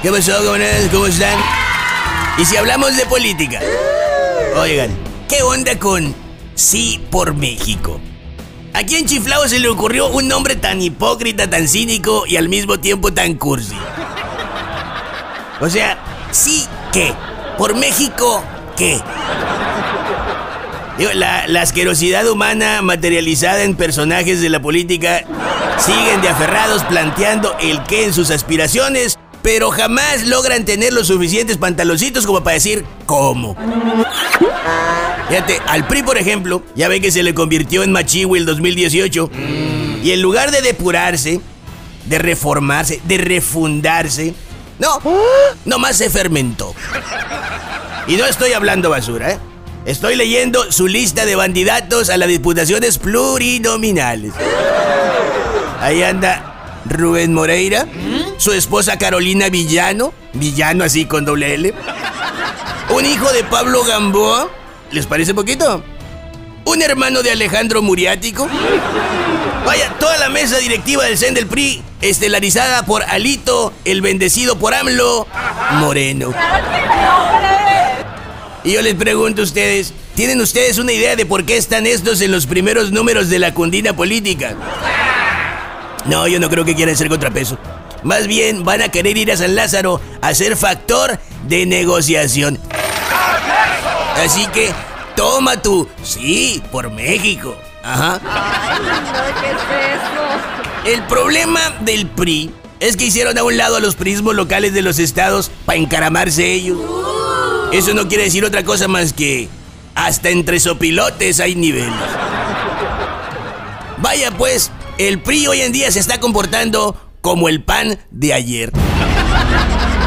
¿Qué pasó, cabrones? ¿Cómo están? Y si hablamos de política, oigan, ¿qué onda con Sí por México? ¿A quién chiflado se le ocurrió un nombre tan hipócrita, tan cínico y al mismo tiempo tan cursi? O sea, ¿sí qué? ¿Por México qué? Digo, la asquerosidad humana materializada en personajes de la política siguen de aferrados planteando el qué en sus aspiraciones, pero jamás logran tener los suficientes pantaloncitos como para decir cómo. Fíjate, al PRI, por ejemplo, ya ve que se le convirtió en Machihuil 2018. Y en lugar de depurarse, de reformarse, de refundarse, no, nomás se fermentó. Y no estoy hablando basura, ¿eh? Estoy leyendo su lista de candidatos a las diputaciones plurinominales. Ahí anda Rubén Moreira, su esposa Carolina Villano, Villano así con doble L, un hijo de Pablo Gamboa, ¿les parece poquito? Un hermano de Alejandro Muriático. Vaya, toda la mesa directiva del CEN del PRI, estelarizada por Alito, el bendecido por AMLO, Moreno. Y yo les pregunto a ustedes, ¿tienen ustedes una idea de por qué están estos en los primeros números de la cundina política? No, yo no creo que quieran ser contrapeso. Más bien van a querer ir a San Lázaro a ser factor de negociación. Así que toma tu Sí por México. Ajá. Ay, no, ¿qué es eso? El problema del PRI es que hicieron a un lado a los priismos locales de los estados para encaramarse ellos. Eso no quiere decir otra cosa más que hasta entre sopilotes hay niveles. Vaya pues, el PRI hoy en día se está comportando como el PAN de ayer.